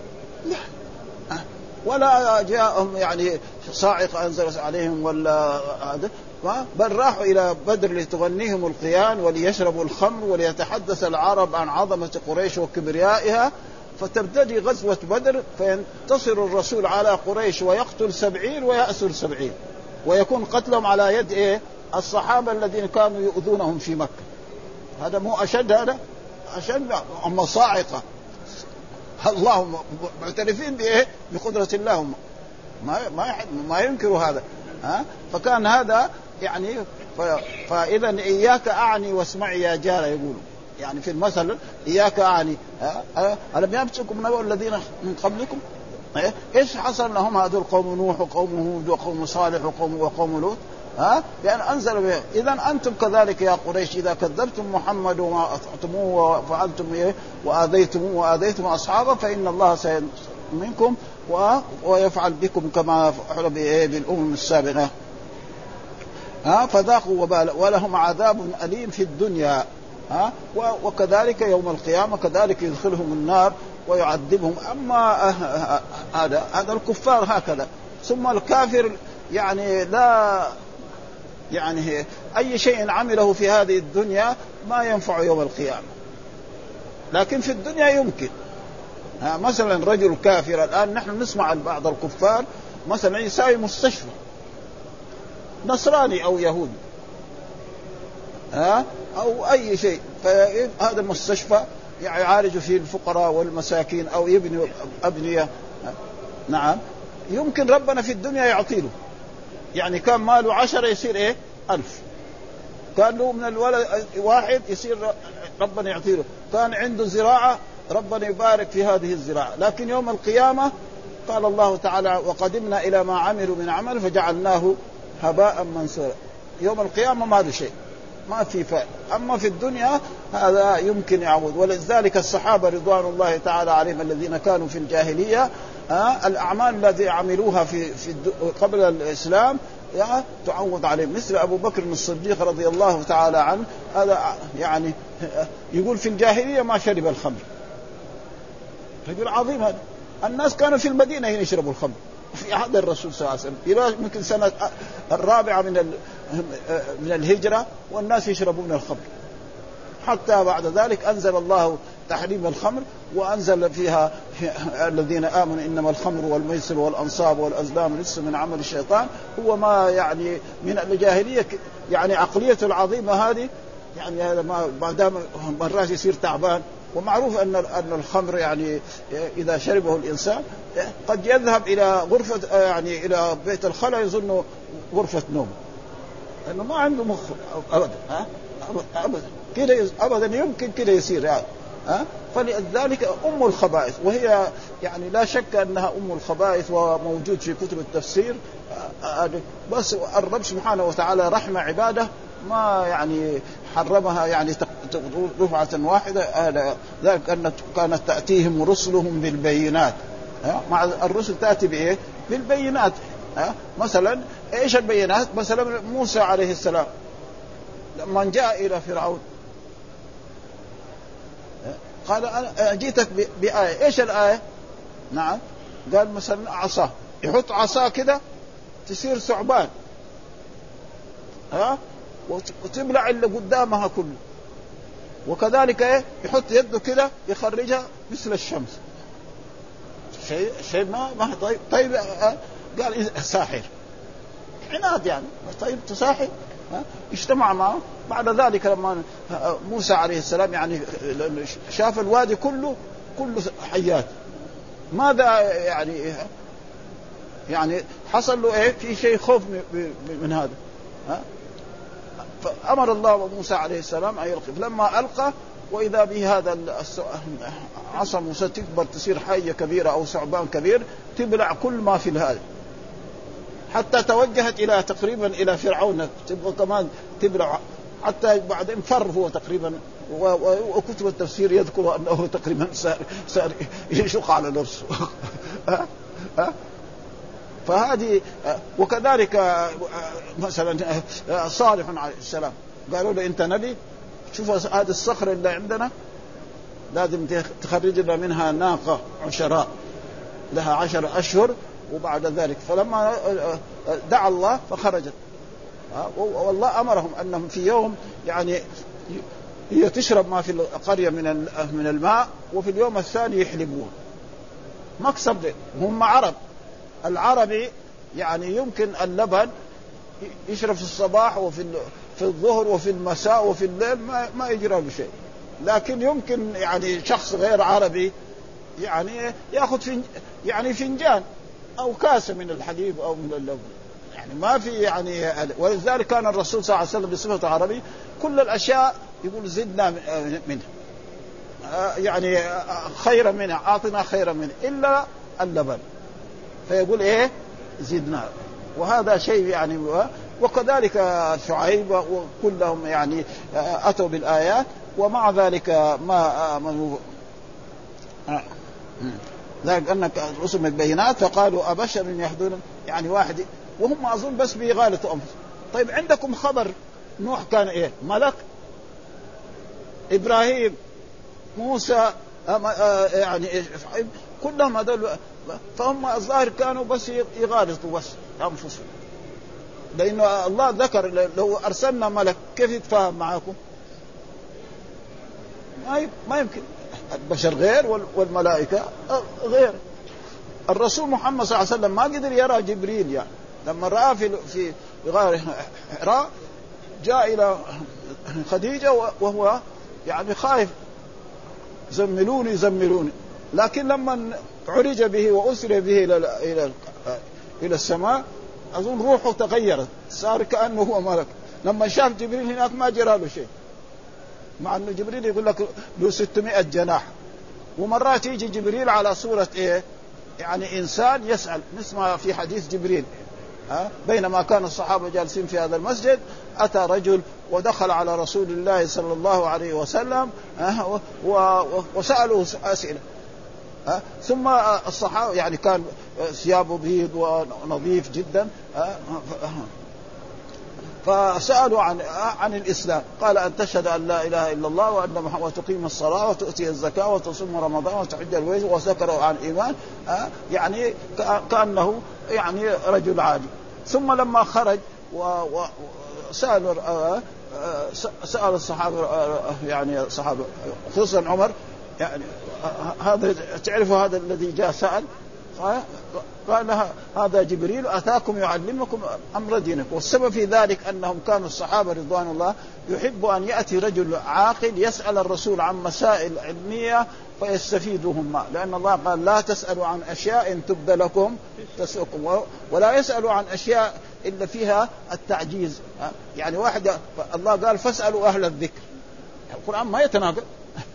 ولا جاءهم يعني صاعق أنزل عليهم ولا هذا، بل راحوا إلى بدر لتغنيهم القيان وليشربوا الخمر وليتحدث العرب عن عظمة قريش وكبريائها فتبتدي غزوة بدر فينتصر الرسول على قريش ويقتل 70 ويأسر 70 ويكون قتلهم على يد الصحابة الذين كانوا يؤذونهم في مكة. هذا مو أشد؟ هذا أشد أما صاعقة. اللهم معترفين بقدرة الله ما ينكروا هذا. فكان هذا يعني فإذا إياك أعني واسمعي يا جارة يقولوا يعني في المثل إياك أعني ألم يمسكم نبأ الذين من قبلكم إيش حصل لهم هذول قوم نوح وقوم هود وقوم صالح وقوم لوط لأن أنزل به. إذن أنتم كذلك يا قريش إذا كذبتم محمد وما أطعتموه وفعلتم وآذيتموه وآذيتم أصحابه فإن الله سينصر منكم ويفعل بكم كما فعل بالأمم السابقة. فذاقوا وبال ولهم عذاب أليم في الدنيا وكذلك يوم القيامة كذلك يدخلهم النار ويعذبهم. أما هذا الكفار هكذا. ثم الكافر يعني لا يعني أي شيء عمله في هذه الدنيا ما ينفع يوم القيامة، لكن في الدنيا يمكن. مثلا رجل كافر الآن نحن نسمع عن بعض الكفار مثلا يساوي مستشفى نصراني أو يهودي أو أي شيء، فهذا المستشفى يعالج فيه الفقراء والمساكين أو يبني أبنية. نعم يمكن ربنا في الدنيا يعطيله يعني كان ماله 10 يصير 1000، كان له من الولد 1 يصير ربنا يعطيله، كان عنده زراعة ربنا يبارك في هذه الزراعة. لكن يوم القيامة قال الله تعالى وقدمنا إلى ما عملوا من عمل فجعلناه هباء منثورا. يوم القيامة ما هذا شيء ما في فائدة. أما في الدنيا هذا يمكن يعود. ولذلك الصحابة رضوان الله تعالى عليهم الذين كانوا في الجاهلية الأعمال التي عملوها في قبل الإسلام تعوض عليهم. مثل أبو بكر الصديق رضي الله تعالى عنه هذا يعني يقول في الجاهلية ما شرب الخمر، رجل عظيم هذا. الناس كانوا في المدينة يشربوا الخمر في عهد الرسول صلى الله عليه وسلم إلى يمكن سنة 4 من الهجرة والناس يشربون الخمر، حتى بعد ذلك أنزل الله تحريم الخمر وأنزل فيها الذين آمنوا إنما الخمر والميسر والأنصاب والأزلام رجس من عمل الشيطان. هو ما يعني من الجاهلية يعني عقلية العظيمة هذه يعني هذا ما دام مرات يصير تعبان. ومعروف أن الخمر يعني إذا شربه الإنسان قد يذهب إلى غرفة يعني إلى بيت الخلاء يظن غرفة نوم لأنه ما عنده مخ أبدا أبدا كده أبدا يمكن كده يصير يعني. فلذلك أم الخبائث وهي يعني لا شك أنها أم الخبائث وموجود في كتب التفسير. بس الرب سبحانه وتعالى رحمة عباده ما يعني حرمها يعني دفعة واحدة. ذلك أن كانت تأتيهم رسلهم بالبينات. مع الرسل تأتي بإيه؟ بالبينات. مثلا إيش البينات؟ مثلا موسى عليه السلام لما جاء إلى فرعون قال أنا جيتك بآية. إيش الآية؟ نعم قال مثلا عصا، يحط عصا كده تصير ثعبان وتبلع اللي قدامها كله. وكذلك يحط يده كده يخرجها مثل الشمس. شيء ما طيب قال ساحر عناد يعني. طيب تساحر اجتمع معه. بعد ذلك لما موسى عليه السلام يعني شاف الوادي كله حيات ماذا يعني حصل له في شيء خوف من هذا. فأمر الله موسى عليه السلام أن يلقي. لما ألقى وإذا به هذا عصا موسى تكبر تصير حية كبيرة أو ثعبان كبير تبلع كل ما في هذا، حتى توجهت إلى تقريبا إلى فرعون تبغى كمان تبلع، حتى بعدين فر هو تقريبا. وكتب التفسير يذكر أنه تقريبا صار يشق على نفسه. فهذه. وكذلك مثلا صالح عليه السلام قالوا له أنت نبي، شوف هذه الصخرة اللي عندنا لازم تخرج لنا منها ناقة عشراء لها 10 أشهر. وبعد ذلك فلما دعا الله فخرجت. والله أمرهم أنهم في يوم يعني هي تشرب ما في القرية من الماء، وفي اليوم الثاني يحلبوه. مكسب هم عرب. العربي يعني يمكن اللبن يشرب في الصباح وفي الظهر وفي المساء وفي الليل ما يجرى بشيء، لكن يمكن يعني شخص غير عربي يعني يأخذ يعني فنجان أو كاسة من الحليب أو من اللبن، يعني ما في يعني. ولذلك كان الرسول صلى الله عليه وسلم بصفته عربي كل الأشياء يقول زدنا منها، يعني خيرا منها، أعطنا خيرا منها إلا اللبن، فيقول إيه زدنا. وهذا شيء يعني. وكذلك شعيب وكلهم يعني أتوا بالآيات، ومع ذلك ما آمنوا. ذلك أنك رسم البينات فقالوا أبشر يهدون، يعني واحد وهم أظن بس بيغالطوا أنفسهم. طيب عندكم خبر نوح كان إيه؟ ملك. إبراهيم، موسى، يعني كلهم هذول، فهم الظاهر كانوا بس يغالطوا بس أنفسهم، لأنه الله ذكر لو أرسلنا ملك كيف يتفاهم معكم؟ ما يمكن. البشر غير والملائكة غير. الرسول محمد صلى الله عليه وسلم ما قدر يرى جبريل، يعني لما رأى في غار حراء جاء إلى خديجة وهو يعني خايف، زملوني. لكن لما عرج به وأسر به إلى السماء أظن روحه تغيرت، صار كأنه هو ملك. لما شاف جبريل هناك ما جرى له شيء، مع أنه جبريل يقول لك له 600 جناح. ومرات يجي جبريل على صورة إيه؟ يعني إنسان يسأل، نسمع في حديث جبريل بينما كان الصحابة جالسين في هذا المسجد أتى رجل ودخل على رسول الله صلى الله عليه وسلم وسأله أسئلة. ثم الصحابة يعني كان ثيابه بيض ونظيف جدا، فسألوا عن الإسلام. قال أن تشهد أن لا إله إلا الله وأن محمد، وتقيم الصلاة وتؤتي الزكاة وتصوم رمضان وتحج البيت، وذكروا عن الإيمان يعني كأنه يعني رجل عادي. ثم لما خرج سأل الصحابة، يعني صحابة خصوصا عمر، يعني هذا تعرفوا هذا الذي جاء سأل؟ قال هذا جبريل أتاكم يعلمكم أمر دينكم. والسبب في ذلك أنهم كانوا الصحابة رضوان الله يحب أن يأتي رجل عاقل يسأل الرسول عن مسائل علمية فيستفيدهم معه، لأن الله قال لا تسألوا عن أشياء تبد لكم تسؤكم، ولا يسألوا عن أشياء إلا فيها التعجيز. يعني واحد الله قال فاسألوا أهل الذكر، القرآن ما يتناقض.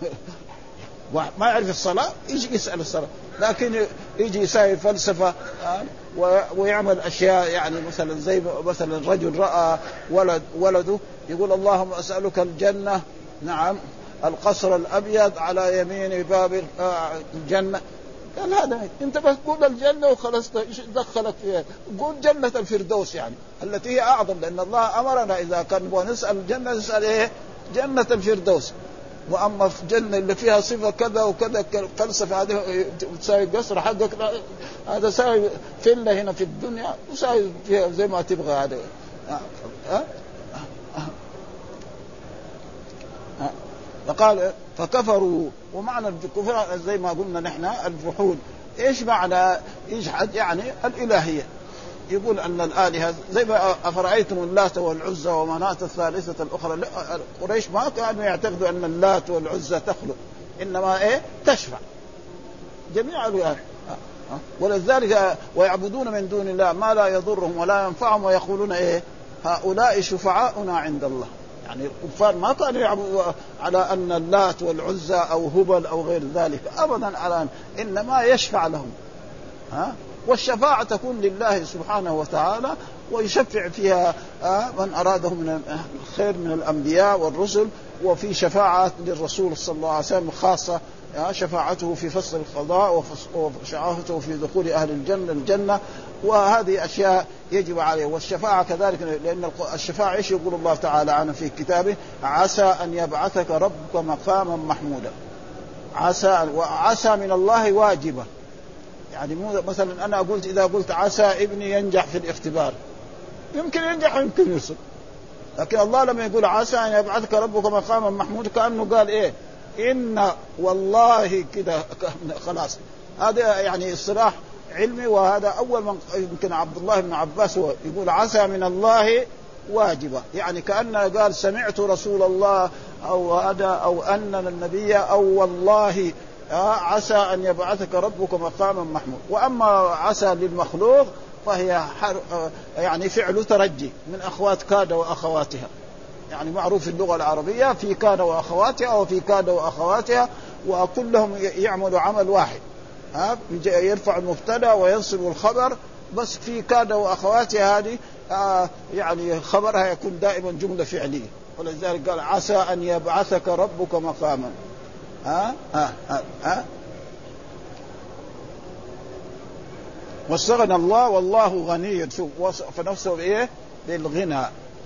ما يعرف الصلاة يجي يسأل الصلاة، لكن يجي يساوي فلسفة ويعمل أشياء، يعني مثلا زي مثلا رجل رأى ولده يقول اللهم أسألك الجنة، نعم القصر الأبيض على يمين باب الجنة. قال هذا أنت بس قول الجنة وخلصت، إيش دخلك فيها؟ قول جنة الفردوس يعني التي هي أعظم، لأن الله أمرنا إذا كان نسأل الجنة نسأل إيه؟ جنة الفردوس. وأما في الجنة اللي فيها صفة كذا وكذا فلسفة هذه تساوي قصر حقك، هذا ساوي فيلا هنا في الدنيا وساوي فيها زي ما تبغى. هذا فقال فكفروا. ومعنى الكفر زي ما قلنا نحن الجحود. إيش معنى يجحد؟ يعني الإلهية. يقول أن الآلهة زي ما أفرأيتم اللات والعزى ومناة الثالثة الأخرى. قريش ما كانوا يعتقدوا أن اللات والعزى تخلق، إنما إيه تشفع جميع الآلهة. ولذلك ويعبدون من دون الله ما لا يضرهم ولا ينفعهم ويقولون إيه هؤلاء شفعاؤنا عند الله. يعني الكفار ما كانوا يعبدوا على أن اللات والعزى أو هبل أو غير ذلك أبدا، على إنما يشفع لهم. والشفاعة تكون لله سبحانه وتعالى، ويشفع فيها من أراده من الخير من الأنبياء والرسل. وفي شفاعة للرسول صلى الله عليه وسلم خاصة، شفاعته في فصل القضاء وشفاعته في دخول أهل الجنة. وهذه أشياء يجب عليه. والشفاعة كذلك، لأن الشفاعة إيش يقول الله تعالى عنه في كتابه؟ عسى أن يبعثك ربك مقاما محمودا. وعسى من الله واجبة. يعني مثلا أنا إذا قلت عسى ابني ينجح في الاختبار، يمكن ينجح ويمكن يصب. لكن الله لما يقول عسى أن يبعثك ربك مقاما محمود كأنه قال إيه إن والله كده خلاص. هذا يعني اصطلاح علمي، وهذا أول من يمكن عبد الله بن عباس هو يقول عسى من الله واجبة، يعني كأنه قال سمعت رسول الله أو هذا أو أن النبي أو والله عسى أن يبعثك ربك مقاما محمود. وأما عسى للمخلوق فهي يعني فعل ترجي من أخوات كاد وأخواتها، يعني معروف في اللغة العربية في كاد وأخواتها أو في كاد وأخواتها، وكلهم يعملوا عمل واحد، يرفع المبتدا وينصب الخبر، بس في كاد وأخواتها هذه يعني خبرها يكون دائما جملة فعلية، ولذلك قال عسى أن يبعثك ربك مقاما. واستغنى الله والله غني، وصف نفسه بإيه؟ بالغنى.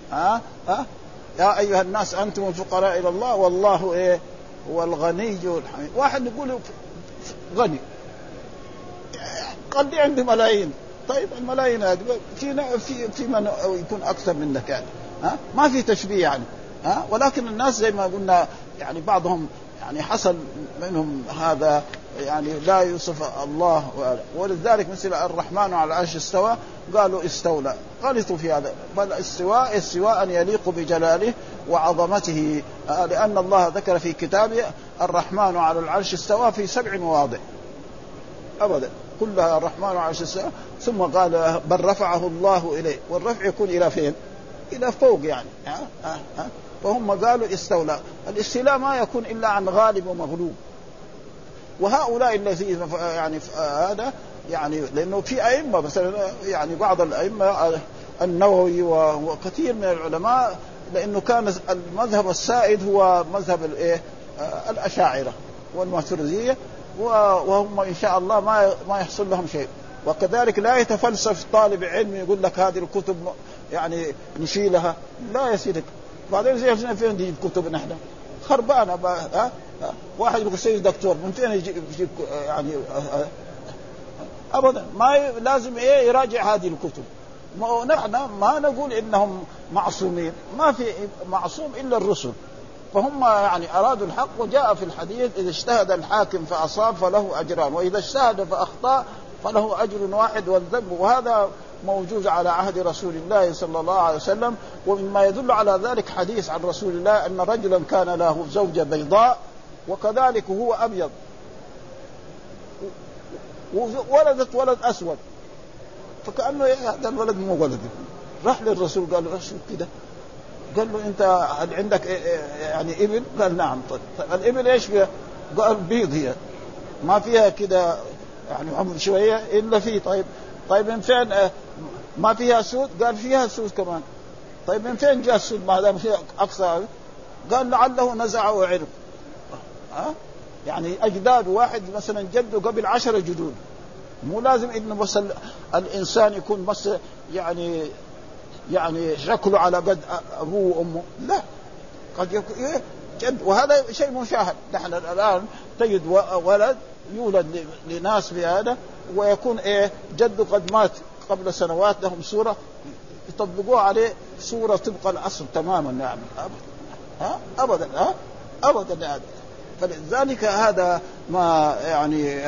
يا أيها الناس أنتم الفقراء إلى الله والله إيه؟ هو الغني الحميد. واحد يقول غني قد عندي ملايين، طيب الملايين هذه في من يكون أكثر منك يعني، ما في تشبيه يعني، ولكن الناس زي ما قلنا يعني بعضهم يعني حصل منهم هذا يعني لا يوصف الله، ولذلك مثل الرحمن على العرش استوى قالوا استولى، غلطوا في هذا، بل استواء يليق بجلاله وعظمته، لأن الله ذكر في كتابه الرحمن على العرش استوى في 7 مواضع أبدا كلها الرحمن على العرش استوى، ثم قال بل رفعه الله إليه، والرفع يكون إلى فين؟ إلى فوق يعني. فهم قالوا استولى. الاستيلاء ما يكون إلا عن غالب ومغلوب، وهؤلاء الذين يعني هذا يعني لأنه في أئمة مثلا يعني بعض الأئمة النووي وكثير من العلماء، لأنه كان المذهب السائد هو مذهب الأشاعرة والماتريدية، وهم إن شاء الله ما يحصل لهم شيء. وكذلك لا يتفلسف طالب علم يقول لك هذه الكتب يعني نشيلها، لا يصيرك بعدين زي فين نجيب كتب نحن خربانة واحد يقول سيد دكتور من فين يجيب يعني أبدا ما لازم يراجع هذه الكتب. نحن ما نقول إنهم معصومين، ما في معصوم إلا الرسل، فهم يعني أرادوا الحق. وجاء في الحديث إذا اجتهد الحاكم فأصاب فله أجران، وإذا اجتهد فأخطأ فله أجر واحد والذنب، وهذا موجود على عهد رسول الله صلى الله عليه وسلم. ومما يدل على ذلك حديث عن رسول الله أن رجلا كان له زوجة بيضاء وكذلك هو أبيض، وولدت ولد أسود، فكأنه هذا الولد مو ولد. راح للرسول قال له شو كده؟ قال له أنت هل عندك يعني إبل؟ قال نعم. طيب الإبل إيش فيها؟ قال بيض، هي ما فيها كده يعني عمر شوية إلا فيه. طيب من فين ما فيها سود؟ قال فيها سود كمان. طيب من فين جاء السود ما دام فيها أقصى؟ قال لعله نزعه وعرق. يعني أجداد واحد مثلا جده قبل 10 جدود، مو لازم إنه بس الإنسان يكون بس يعني شكله على قد أبوه وأمه، لا، قد يكون جد. وهذا شيء مشاهد. نحن الآن تجد ولد يولد لناس بهذا ويكون جده قد مات قبل سنوات، لهم صورة يطبقوها عليه صورة تبقى الأصل تماما يعني أبدا هذا. فلذلك هذا ما يعني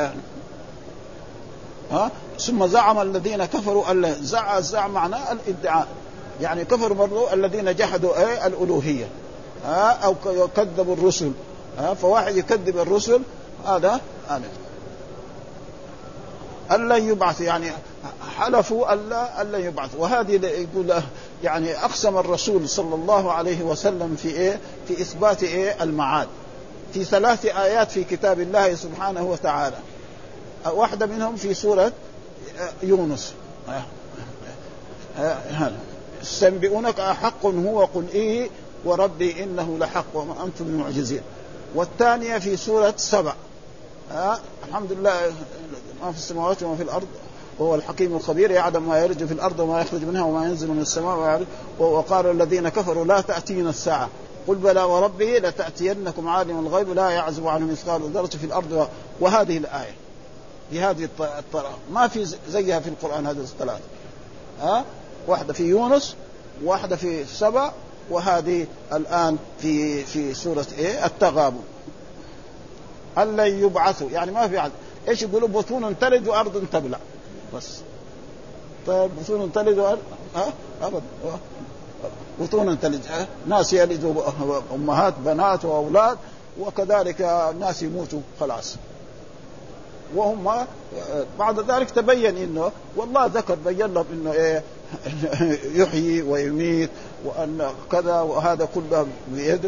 ثم زعم الذين كفروا زعم معناه الادعاء، يعني كفروا برضو الذين جحدوا الألوهية أو كذبوا الرسل. فواحد يكذب الرسل هذا ألا يبعث، يعني حلفوا ألا يبعث. وهذه يقول يعني أقسم الرسول صلى الله عليه وسلم في إثبات المعاد في 3 آيات في كتاب الله سبحانه وتعالى. واحدة منهم في سورة يونس سنبئونك أحق هو قل إيه وربي إنه لحق وما أنتم معجزين. والثانية في سورة 7 الحمد لله ما في السماوات وما في الأرض وهو الحكيم الخبير يعلم ما يرج في الأرض وما يخرج منها وما ينزل من السماء وقال الذين كفروا لا تأتينا الساعة قل بلى وربه لتأتينكم عالم الغيب لا يعزب عنه مثقال ذرة في الأرض. وهذه الآية بهذه الطريقة ما في زيها في القرآن هذه الثلاثة. واحدة في يونس، واحدة في 7، وهذه الآن في سورة التغابن ألا يبعثوا، يعني ما في عدد. إيش يقولوا؟ بطون تلد وأرض تبلع بس. طيب بطون تلد وأرض أبدا، بطون تلد، ناس يلدوا أمهات بنات وأولاد، وكذلك ناس يموتوا خلاص. وهم بعد ذلك تبين إنه والله ذكر بين لهم إنه إيه يحيي ويميت وأن كذا وهذا كله بيده.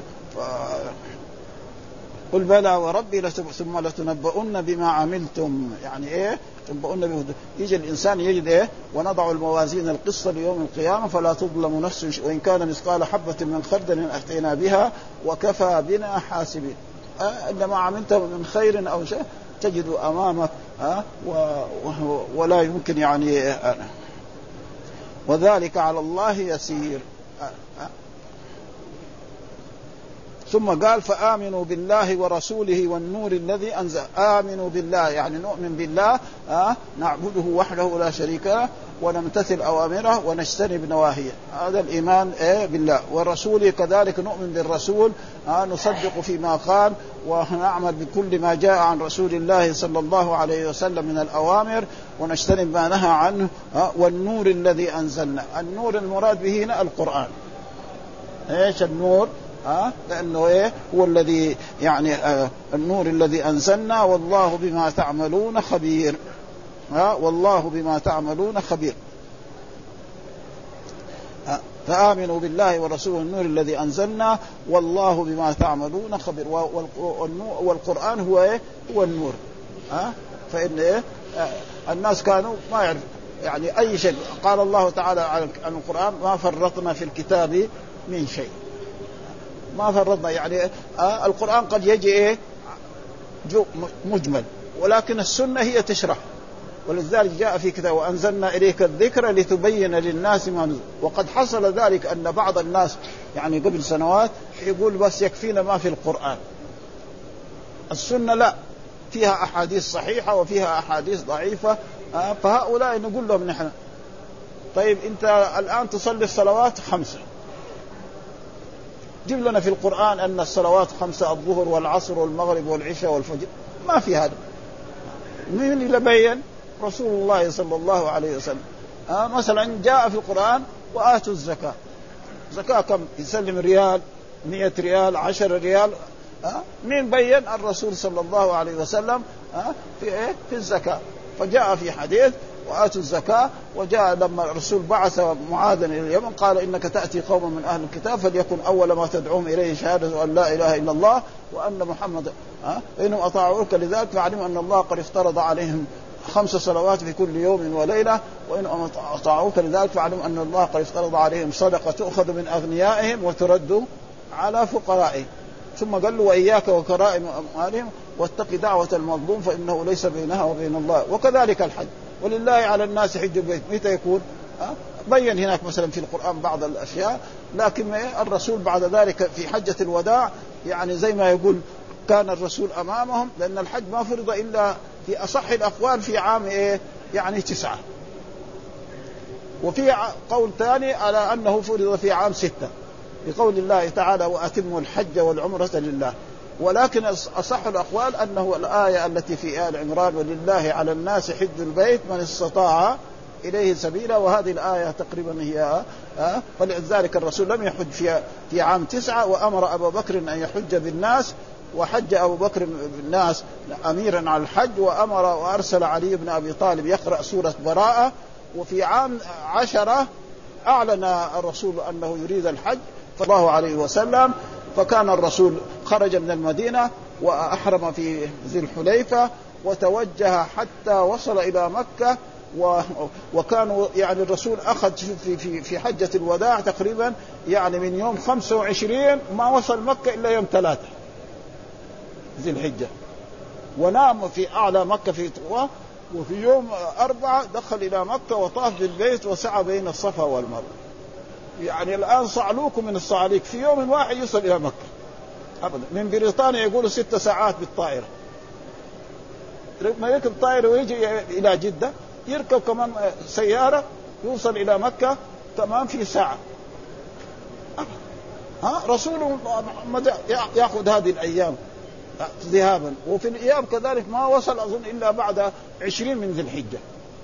قل بلى وربي ثم لتنبؤن بما عملتم، يعني ايه تنبؤن يجي الانسان يجد ايه ونضع الموازين القسط ليوم القيامه فلا تظلم نفس وان كان مثقال حبه من خردل اتينا بها وكفى بنا حاسبين. عندما عملت من خير او شيء تجد امامك ولا يمكن يعني وذلك على الله يسير. ثم قال فآمنوا بالله ورسوله والنور الذي أنزل. آمنوا بالله يعني نؤمن بالله نعبده وحده لا شريك له ونمتثل أوامره ونجتنب نواهيه، هذا الإيمان بالله. ورسوله كذلك نؤمن بالرسول نصدق فيما قال ونعمل بكل ما جاء عن رسول الله صلى الله عليه وسلم من الأوامر ونجتنب ما نهى عنه. والنور الذي أنزلنا، النور المراد به هنا القرآن. إيش النور؟ لأنه إيه هو الذي يعني النور الذي أنزلنا والله بما تعملون خبير. والله بما تعملون خبير. فآمنوا بالله ورسوله النور الذي أنزلنا والله بما تعملون خبير. والقرآن هو إيه هو النور. فإن إيه الناس كانوا ما يعرف يعني أي شيء. قال الله تعالى عن القرآن ما فرطنا في الكتاب من شيء، ما فرضنا يعني القرآن قد يجي إيه مجمل، ولكن السنة هي تشرح. ولذلك جاء في كتاب وأنزلنا إليك الذكر لتبين للناس ما نزل. وقد حصل ذلك أن بعض الناس يعني قبل سنوات يقول بس يكفينا ما في القرآن. السنة لا، فيها أحاديث صحيحة وفيها أحاديث ضعيفة. فهؤلاء نقول لهم نحن طيب أنت الآن تصلي الصلوات 5، جيب لنا في القرآن أن الصلوات 5 الظهر والعصر والمغرب والعشاء والفجر. ما في هذا. من اللي بين؟ رسول الله صلى الله عليه وسلم. مثلا جاء في القرآن وآتوا الزكاة. زكاة كم؟ يسلم ريال، 100 ريال، 10 ريال. مين بين؟ الرسول صلى الله عليه وسلم في إيه؟ في الزكاة. فجاء في حديث وآتوا الزكاة. وجاء لما الرسول بعث معاذا إلى اليمن قال إنك تأتي قوما من أهل الكتاب فليكن أول ما تدعوهم إليه شهادة أن لا إله إلا الله وأن محمد إنهم أطاعوك لذلك فاعلموا أن الله قد افترض عليهم 5 صلوات في كل يوم وليلة وإنهم أطاعوك لذلك فاعلموا أن الله قد افترض عليهم صدقة تؤخذ من أغنيائهم وترد على فقرائهم. ثم قال له وإياك وكرائم أموالهم واتق دعوة المظلوم فإنه ليس بينها وبين الله. وكذلك الحج ولله على الناس حج البيت متى يكون؟ بين هناك مثلا في القرآن بعض الأشياء. لكن الرسول بعد ذلك في حجة الوداع يعني زي ما يقول كان الرسول أمامهم، لأن الحج ما فرض إلا في أصح الأقوال في عام يعني 9، وفي قول ثاني على أنه فرض في عام 6 بقول الله تعالى وأتموا الحج والعمرة لله. ولكن أصح الأقوال أنه الآية التي في آل عمران ولله على الناس حج البيت من استطاع إليه سبيلا، وهذه الآية تقريبا هي فلذلك الرسول لم يحج في عام 9 وأمر أبو بكر أن يحج بالناس وحج أبو بكر بالناس أميرا على الحج وأمر وأرسل علي بن أبي طالب يقرأ سورة براءة. وفي عام 10 أعلن الرسول أنه يريد الحج صلى الله عليه وسلم. فكان الرسول خرج من المدينة وأحرم في ذي الحليفة وتوجه حتى وصل إلى مكة. وكانوا يعني الرسول أخذ في حجة الوداع تقريبا يعني من يوم 25 ما وصل مكة إلا يوم 3 ذي الحجة، ونام في أعلى مكة في طوى. وفي يوم 4 دخل إلى مكة وطاف بالبيت وسعى بين الصفا والمروة. يعني الآن صعلوكم من الصعاليك في يوم واحد يوصل إلى مكة أبدا. من بريطانيا يقولوا 6 ساعات بالطائرة، ما يركب طائرة ويجي إلى جدة يركب كمان سيارة يوصل إلى مكة تمام في ساعة. رسول محمد يأخذ هذه الأيام ذهابا، وفي الأيام كذلك ما وصل أظن إلا بعد 20 من ذي الحجة.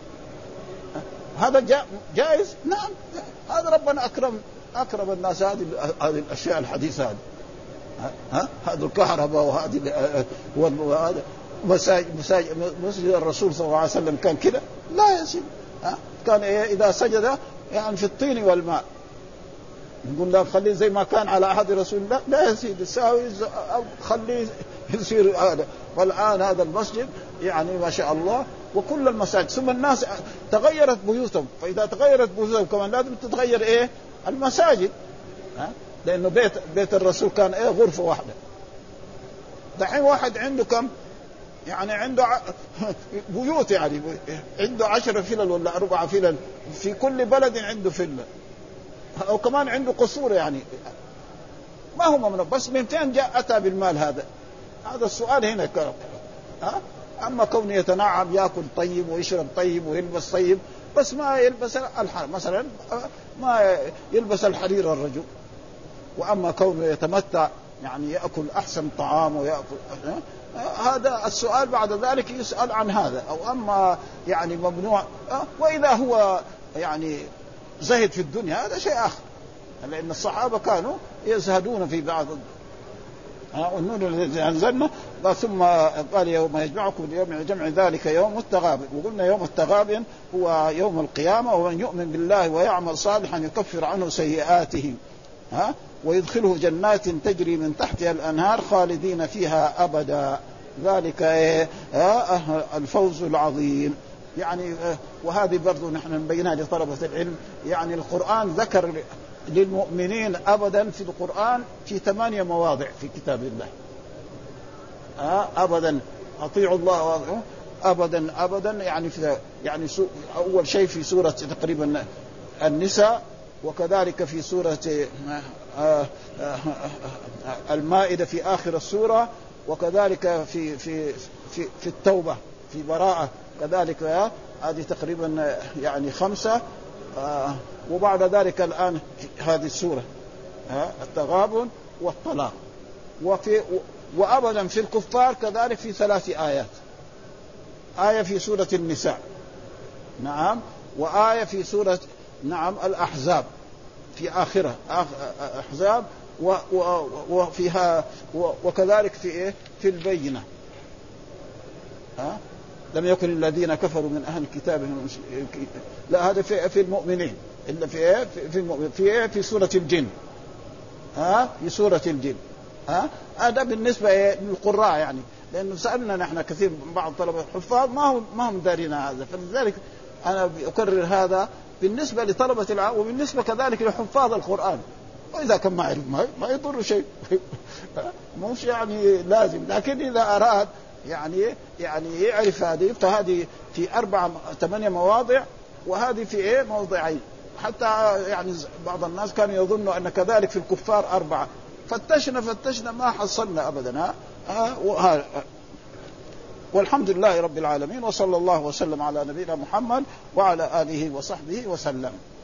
هذا جائز؟ نعم، هذا ربنا أكرم الناس هذه الأشياء الحديثة هذه. هذا الكهرباء وهذا مسجد الرسول صلى الله عليه وسلم كان كده لا يسيب. كان إذا سجد يعني في الطين والماء، نقول لا خليه زي ما كان على عهد رسول الله، لا يسيب يساوي أو خليه يصير هذا. والآن هذا المسجد يعني ما شاء الله، وكل المساجد. ثم الناس تغيرت بيوتهم، فإذا تغيرت بيوتهم كمان لازم تتغير المساجد. لأنه بيت الرسول كان غرفة واحدة. دحين واحد عنده كم؟ يعني عنده بيوت، يعني عنده 10 فلل ولا 4 فلل في كل بلد عنده فلة، أو كمان عنده قصور. يعني ما هو ممنوع، بس من فين جاء أتى بالمال هذا السؤال هنا. أما كونه يتنعم يأكل طيب ويشرب طيب ويلبس طيب، بس ما يلبس مثلا ما يلبس الحرير الرجل. وأما كونه يتمتع يعني يأكل أحسن طعام ويأكل هذا السؤال بعد ذلك يسأل عن هذا. أو أما يعني ممنوع، وإذا هو يعني زهد في الدنيا هذا شيء آخر، لأن الصحابة كانوا يزهدون في بعض. والنور الذي أنزلنا ثم قال يوم يجمعكم ليوم الجمع ذلك يوم التغابن. وقلنا يوم التغابن هو يوم القيامة. ومن يؤمن بالله ويعمل صالحا يكفر عنه سيئاته ويدخله جنات تجري من تحتها الأنهار خالدين فيها أبدا، ذلك الفوز العظيم. يعني وهذه برضو نحن نبينها لطلبة العلم. يعني القرآن ذكر للمؤمنين أبدا في القرآن في 8 مواضع في كتاب الله. أبدا أطيعوا الله أبدا يعني أول شيء في سورة تقريبا النساء، وكذلك في سورة المائدة في آخر السورة، وكذلك في التوبة في براءة كذلك. هذه تقريبا يعني 5. وبعد ذلك الآن هذه السورة التغابن والطلاق. وأبدا في الكفار كذلك في 3 آيات. آية في سورة النساء، نعم، وآية في سورة الأحزاب في آخرة أحزاب، وفيها وكذلك في البينة. لم يكن الذين كفروا من أهل الكتاب لا، هذا في المؤمنين. إلا في سورة الجن. في سورة الجن. هذا بالنسبة للقراء يعني، لأنه سألنا نحن كثير من بعض طلبة الحفاظ ما هم دارين هذا. فلذلك أنا أكرر هذا بالنسبة لطلبة العلم، وبالنسبة كذلك لحفاظ القرآن. وإذا كان ما يعرف ما يضر شيء مش يعني لازم، لكن إذا أراد يعني يعرف هذه. فهذه في 8 مواضع، وهذه في موضعين. حتى يعني بعض الناس كانوا يظنوا أن كذلك في الكفار 4. فتشنا ما حصلنا أبدا. والحمد لله رب العالمين، وصلى الله وسلم على نبينا محمد وعلى آله وصحبه وسلم.